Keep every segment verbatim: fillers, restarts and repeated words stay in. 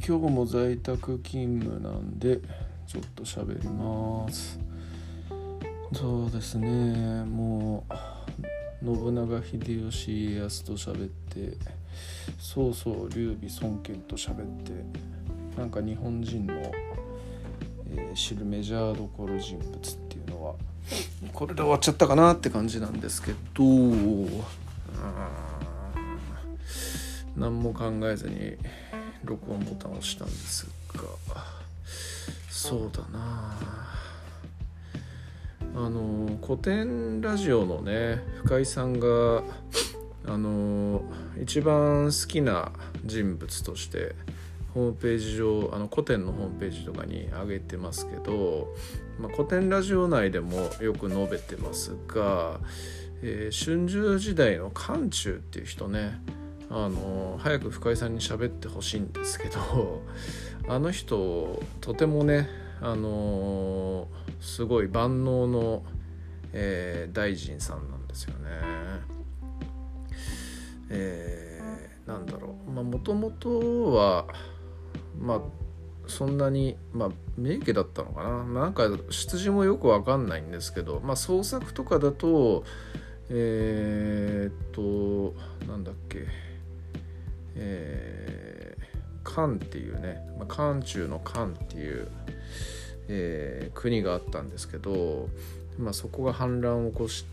今日も在宅勤務なんでちょっと喋ります。そうですね、もう信長秀吉家康と喋って、曹操劉備孫権と喋って、なんか日本人の、えー、知るメジャーどころ人物っていうのはこれで終わっちゃったかなって感じなんですけど、うーん何も考えずに録音ボタンを押したんですが、そうだなあの古典ラジオのね深井さんがあの一番好きな人物としてホームページ上あの古典のホームページとかに上げてますけど、まあ、古典ラジオ内でもよく述べてますが、えー、春秋時代の漢中っていう人ね、あの早く深井さんに喋ってほしいんですけど、あの人とてもね、あのすごい万能の、えー、大臣さんなんですよね。えー、なんだろう、まあもともとはまあそんなに、まあ、名家だったのかな、なんか出自もよくわかんないんですけど、まあ創作とかだとえー、っとなんだっけえー、漢っていうね、まあ、漢中の漢っていう、えー、国があったんですけど、まあ、そこが反乱を起こして、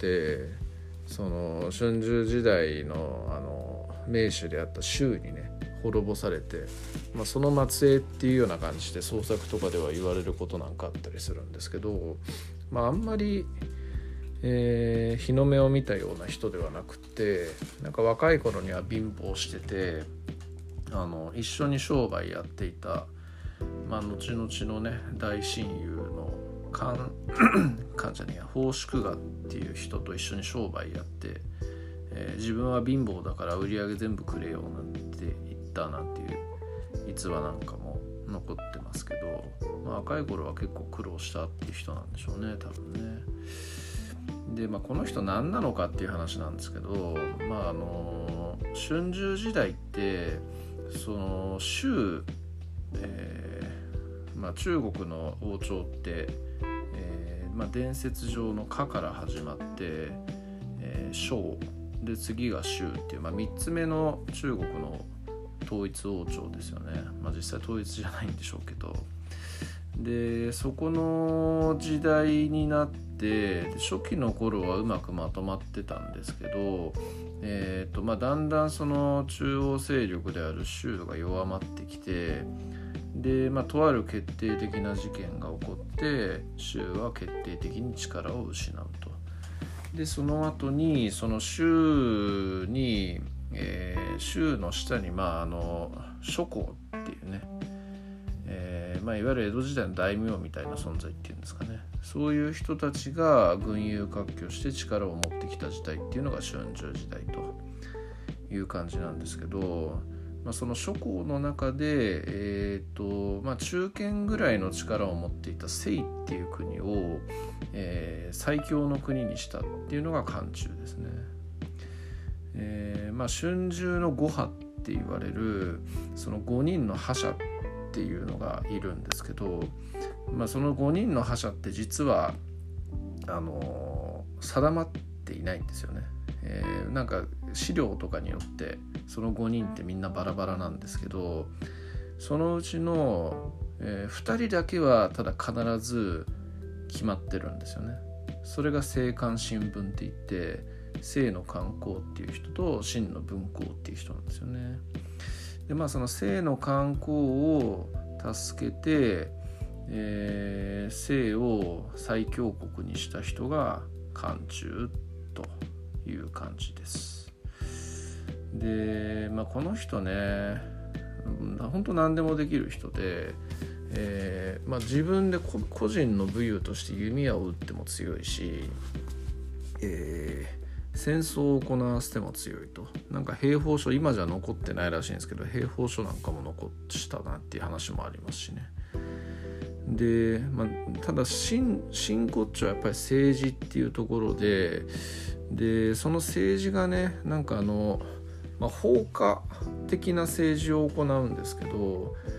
その春秋時代 の, あの名手であった周にね滅ぼされて、まあ、その末裔っていうような感じで創作とかでは言われることなんかあったりするんですけど、まあ、あんまりえー、日の目を見たような人ではなくて、なんか若い頃には貧乏してて、あの一緒に商売やっていた、まあ、後々のね大親友の漢漢じゃねえや奉祝賀っていう人と一緒に商売やって、えー、自分は貧乏だから売り上げ全部くれよなんて言ったなんていう逸話なんかも残ってますけど、まあ、若い頃は結構苦労したっていう人なんでしょうね、多分ね。で、まあ、この人何なのかっていう話なんですけど、まああの春秋時代ってその周、えーまあ、中国の王朝って、えーまあ、伝説上の夏から始まって、えー、商で次が周っていう、まあ、みっつめの中国の統一王朝ですよね。まあ、実際統一じゃないんでしょうけど、でそこの時代になってで初期の頃はうまくまとまってたんですけど、えーとまあ、だんだんその中央勢力である周が弱まってきて、で、まあ、とある決定的な事件が起こって周は決定的に力を失うと。でその後にその周に、えー、周の下に、まあ、あの諸侯っていうね、えーまあ、いわゆる江戸時代の大名みたいな存在っていうんですかね、そういう人たちが群雄割拠して力を持ってきた時代っていうのが春秋時代という感じなんですけど、まあ、その諸侯の中で、えーとまあ、中堅ぐらいの力を持っていた斉っていう国を、えー、最強の国にしたっていうのが漢中ですね。えーまあ、春秋の五覇って言われるそのごにんの覇者っていうのがいるんですけど、まあ、そのごにんの覇者って実はあの定まっていないんですよね。えー、なんか資料とかによってそのごにんってみんなバラバラなんですけど、そのうちの、えー、ふたりだけはただ必ず決まってるんですよね。それが正官新聞って言って、正の官公っていう人と真の文公っていう人なんですよね。でまあその正の官公を助けて、えー、正を最強国にした人が漢中という感じです。で、まあ、この人ね本当何でもできる人で、えーまあ、自分で個人の武勇として弓矢を撃っても強いし、えー戦争を行わせても強いと。なんか兵法書今じゃ残ってないらしいんですけど、兵法書なんかも残したなっていう話もありますしね。で、まあ、ただ真骨頂はやっぱり政治っていうところで、でその政治がねなんかあの、まあ、放火的な政治を行うんですけど、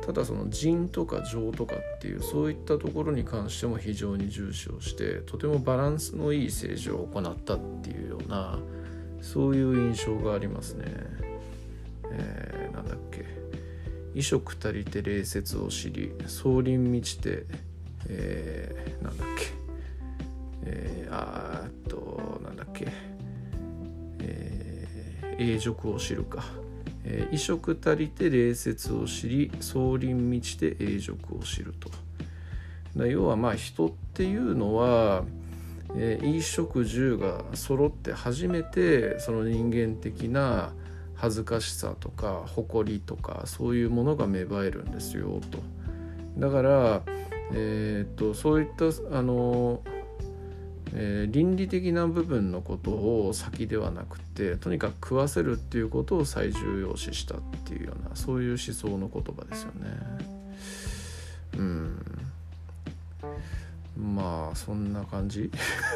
ただその腎とか情とかっていうそういったところに関しても非常に重視をして、とてもバランスのいい政治を行ったっていうような、そういう印象がありますね。えー、なんだっけ、衣食足りて礼節を知り、総輪満ちて、えー、なんだっけ、えー、あーっとなんだっけ、えー、永辱を知るか、えー、衣食足りて礼節を知り、総輪満ちて永辱を知ると。だ要はまあ人っていうのは、えー、衣食住が揃って初めてその人間的な恥ずかしさとか誇りとかそういうものが芽生えるんですよと。だから、えー、っとそういったあの、えー、倫理的な部分のことを先ではなくて、とにかく食わせるっていうことを最重要視したっていうような、そういう思想の言葉ですよね。うんまあそんな感じ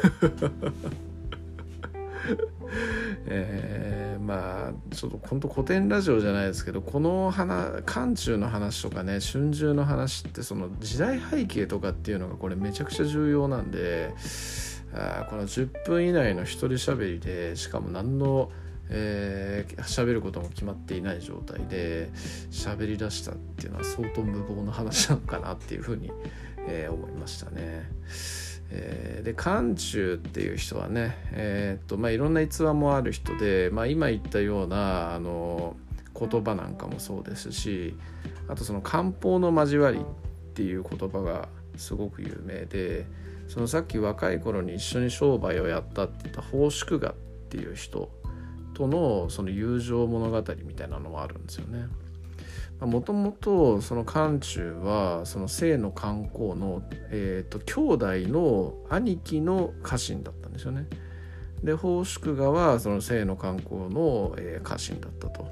えー、まあちょっと本当古典ラジオじゃないですけど、この話漢中の話とかね、春秋の話ってその時代背景とかっていうのがこれめちゃくちゃ重要なんで、あこのじゅっぷん以内の一人喋りで、しかも何のえー、喋ることも決まっていない状態で喋り出したっていうのは相当無謀な話なのかなっていうふうに、えー、思いましたね。えー、で漢中っていう人はね、えーっとまあ、いろんな逸話もある人で、まあ、今言ったようなあの言葉なんかもそうですし、あとその漢方の交わりっていう言葉がすごく有名で、そのさっき若い頃に一緒に商売をやったって言った奉祝賀っていう人とのその友情物語みたいなのもあるんですよね。もともとその漢中はその清の漢光の、えー、と兄弟の兄貴の家臣だったんですよね。で奉祝賀はその清の漢光の、えー、家臣だったと。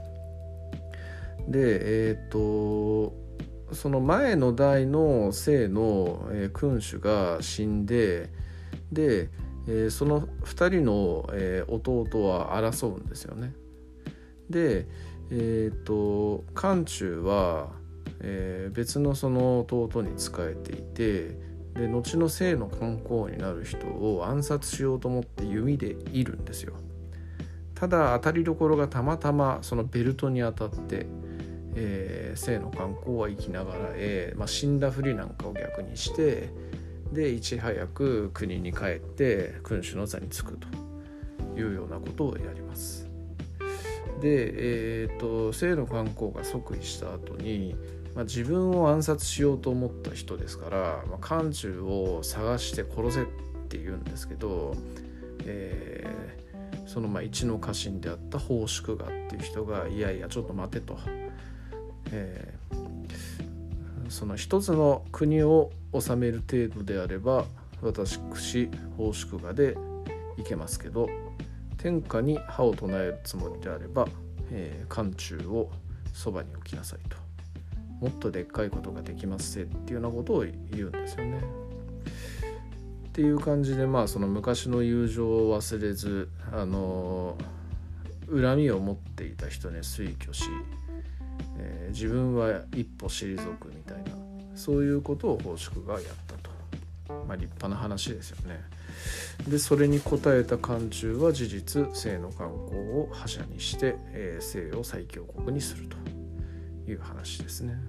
でえっ、ー、とその前の代の清の、えー、君主が死んで、でえー、そのふたりの、えー、弟は争うんですよね。で、えー、と漢中は、えー、別のその弟に仕えていて、で後の清の漢光になる人を暗殺しようと思って弓で射るんですよ。ただ当たりどころがたまたまそのベルトに当たって、えー、清の漢光は生きながらえ、まあ、死んだふりなんかを逆にして、でいち早く国に帰って君主の座につくというようなことをやります。で、えー、と清の漢光が即位した後に、まあ、自分を暗殺しようと思った人ですから、まあ、漢中を探して殺せって言うんですけど、えー、そのまあ一の家臣であった奉祝賀っていう人が、いやいやちょっと待てと、えー、その一つの国を治める程度であれば私奉祝賀でいけますけど、天下に歯を唱えるつもりであれば、えー、漢中をそばに置きなさいと、もっとでっかいことができますせっていうようなことを言うんですよね。っていう感じで、まあその昔の友情を忘れず、あのー、恨みを持っていた人に推挙し、えー、自分は一歩退くみたいな、そういうことを奉祝がやったと。まあ立派な話ですよね。でそれに応えた漢中は事実清の漢光を覇者にして、えー、清を最強国にするという話ですね。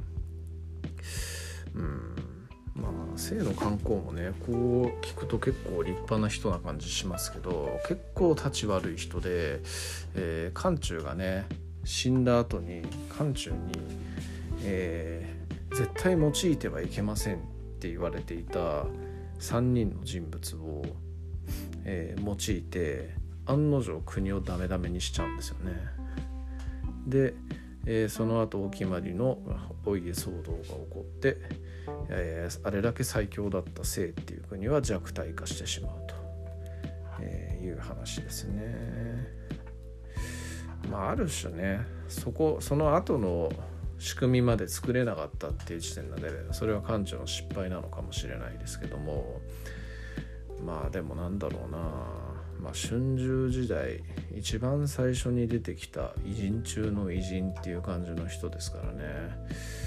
うんまあ清の漢光もね、こう聞くと結構立派な人な感じしますけど、結構立ち悪い人で、えー、漢中がね死んだ後に漢中に、えー、絶対用いてはいけませんって言われていたさんにんの人物を、えー、用いて案の定国をダメダメにしちゃうんですよね。で、えー、その後お決まりのお家騒動が起こって、えー、あれだけ最強だった清っていう国は弱体化してしまうと、えー、いう話ですね。まあある種ね、そこその後の仕組みまで作れなかったっていう時点なので、それは漢中の失敗なのかもしれないですけども、まあでもなんだろうな、まあ、春秋時代一番最初に出てきた偉人中の偉人っていう感じの人ですからね。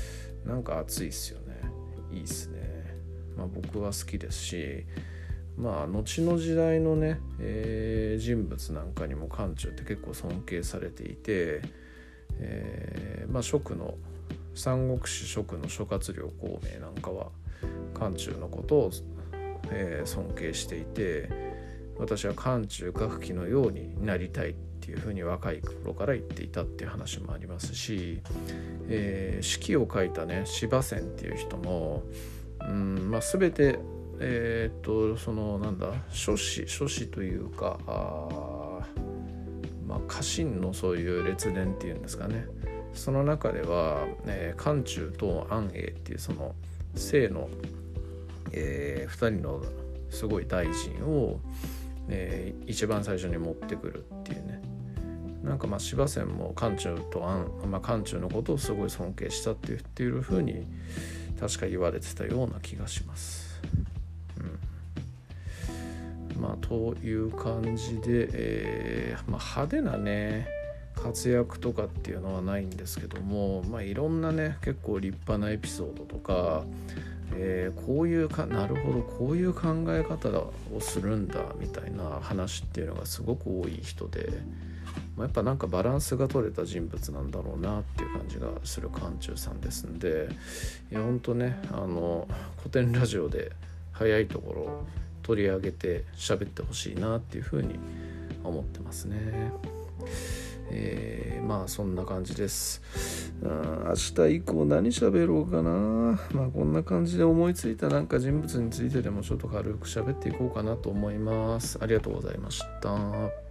なんか熱いっすよね。いいっすね。まあ僕は好きですし、まあ後の時代のね、えー、人物なんかにも漢中って結構尊敬されていて、えー、まあ蜀の三国志蜀の諸葛亮孔明なんかは漢中のことを、えー、尊敬していて、私は漢中楽器のようになりたいっていうふうに若い頃から言っていたっていう話もありますし、えー、詩記を書いたね司馬遷っていう人も、うんまあ、全てえー、っとそのなんだ書詩書詩というかあ、まあ、家臣のそういう列伝っていうんですかね、その中では、えー、漢中と安永っていうその姓の、えー、ふたりのすごい大臣を、えー、一番最初に持ってくるっていうね、なんかまあ司馬遷も漢中と安、まあ、漢中のことをすごい尊敬したっていうっていう風に確か言われてたような気がします。まあ、という感じで、えーまあ、派手なね活躍とかっていうのはないんですけども、まあ、いろんなね結構立派なエピソードとか、えー、こういうかなるほどこういう考え方をするんだみたいな話っていうのがすごく多い人で、まあ、やっぱなんかバランスが取れた人物なんだろうなっていう感じがする漢中さんですんで、いやほんとねあの古典ラジオで早いところ取り上げて喋ってほしいなっていうふうに思ってますね。えー、まあそんな感じです。あ明日以降何喋ろうかな。まあこんな感じで思いついたなんか人物についてでもちょっと軽く喋っていこうかなと思います。ありがとうございました。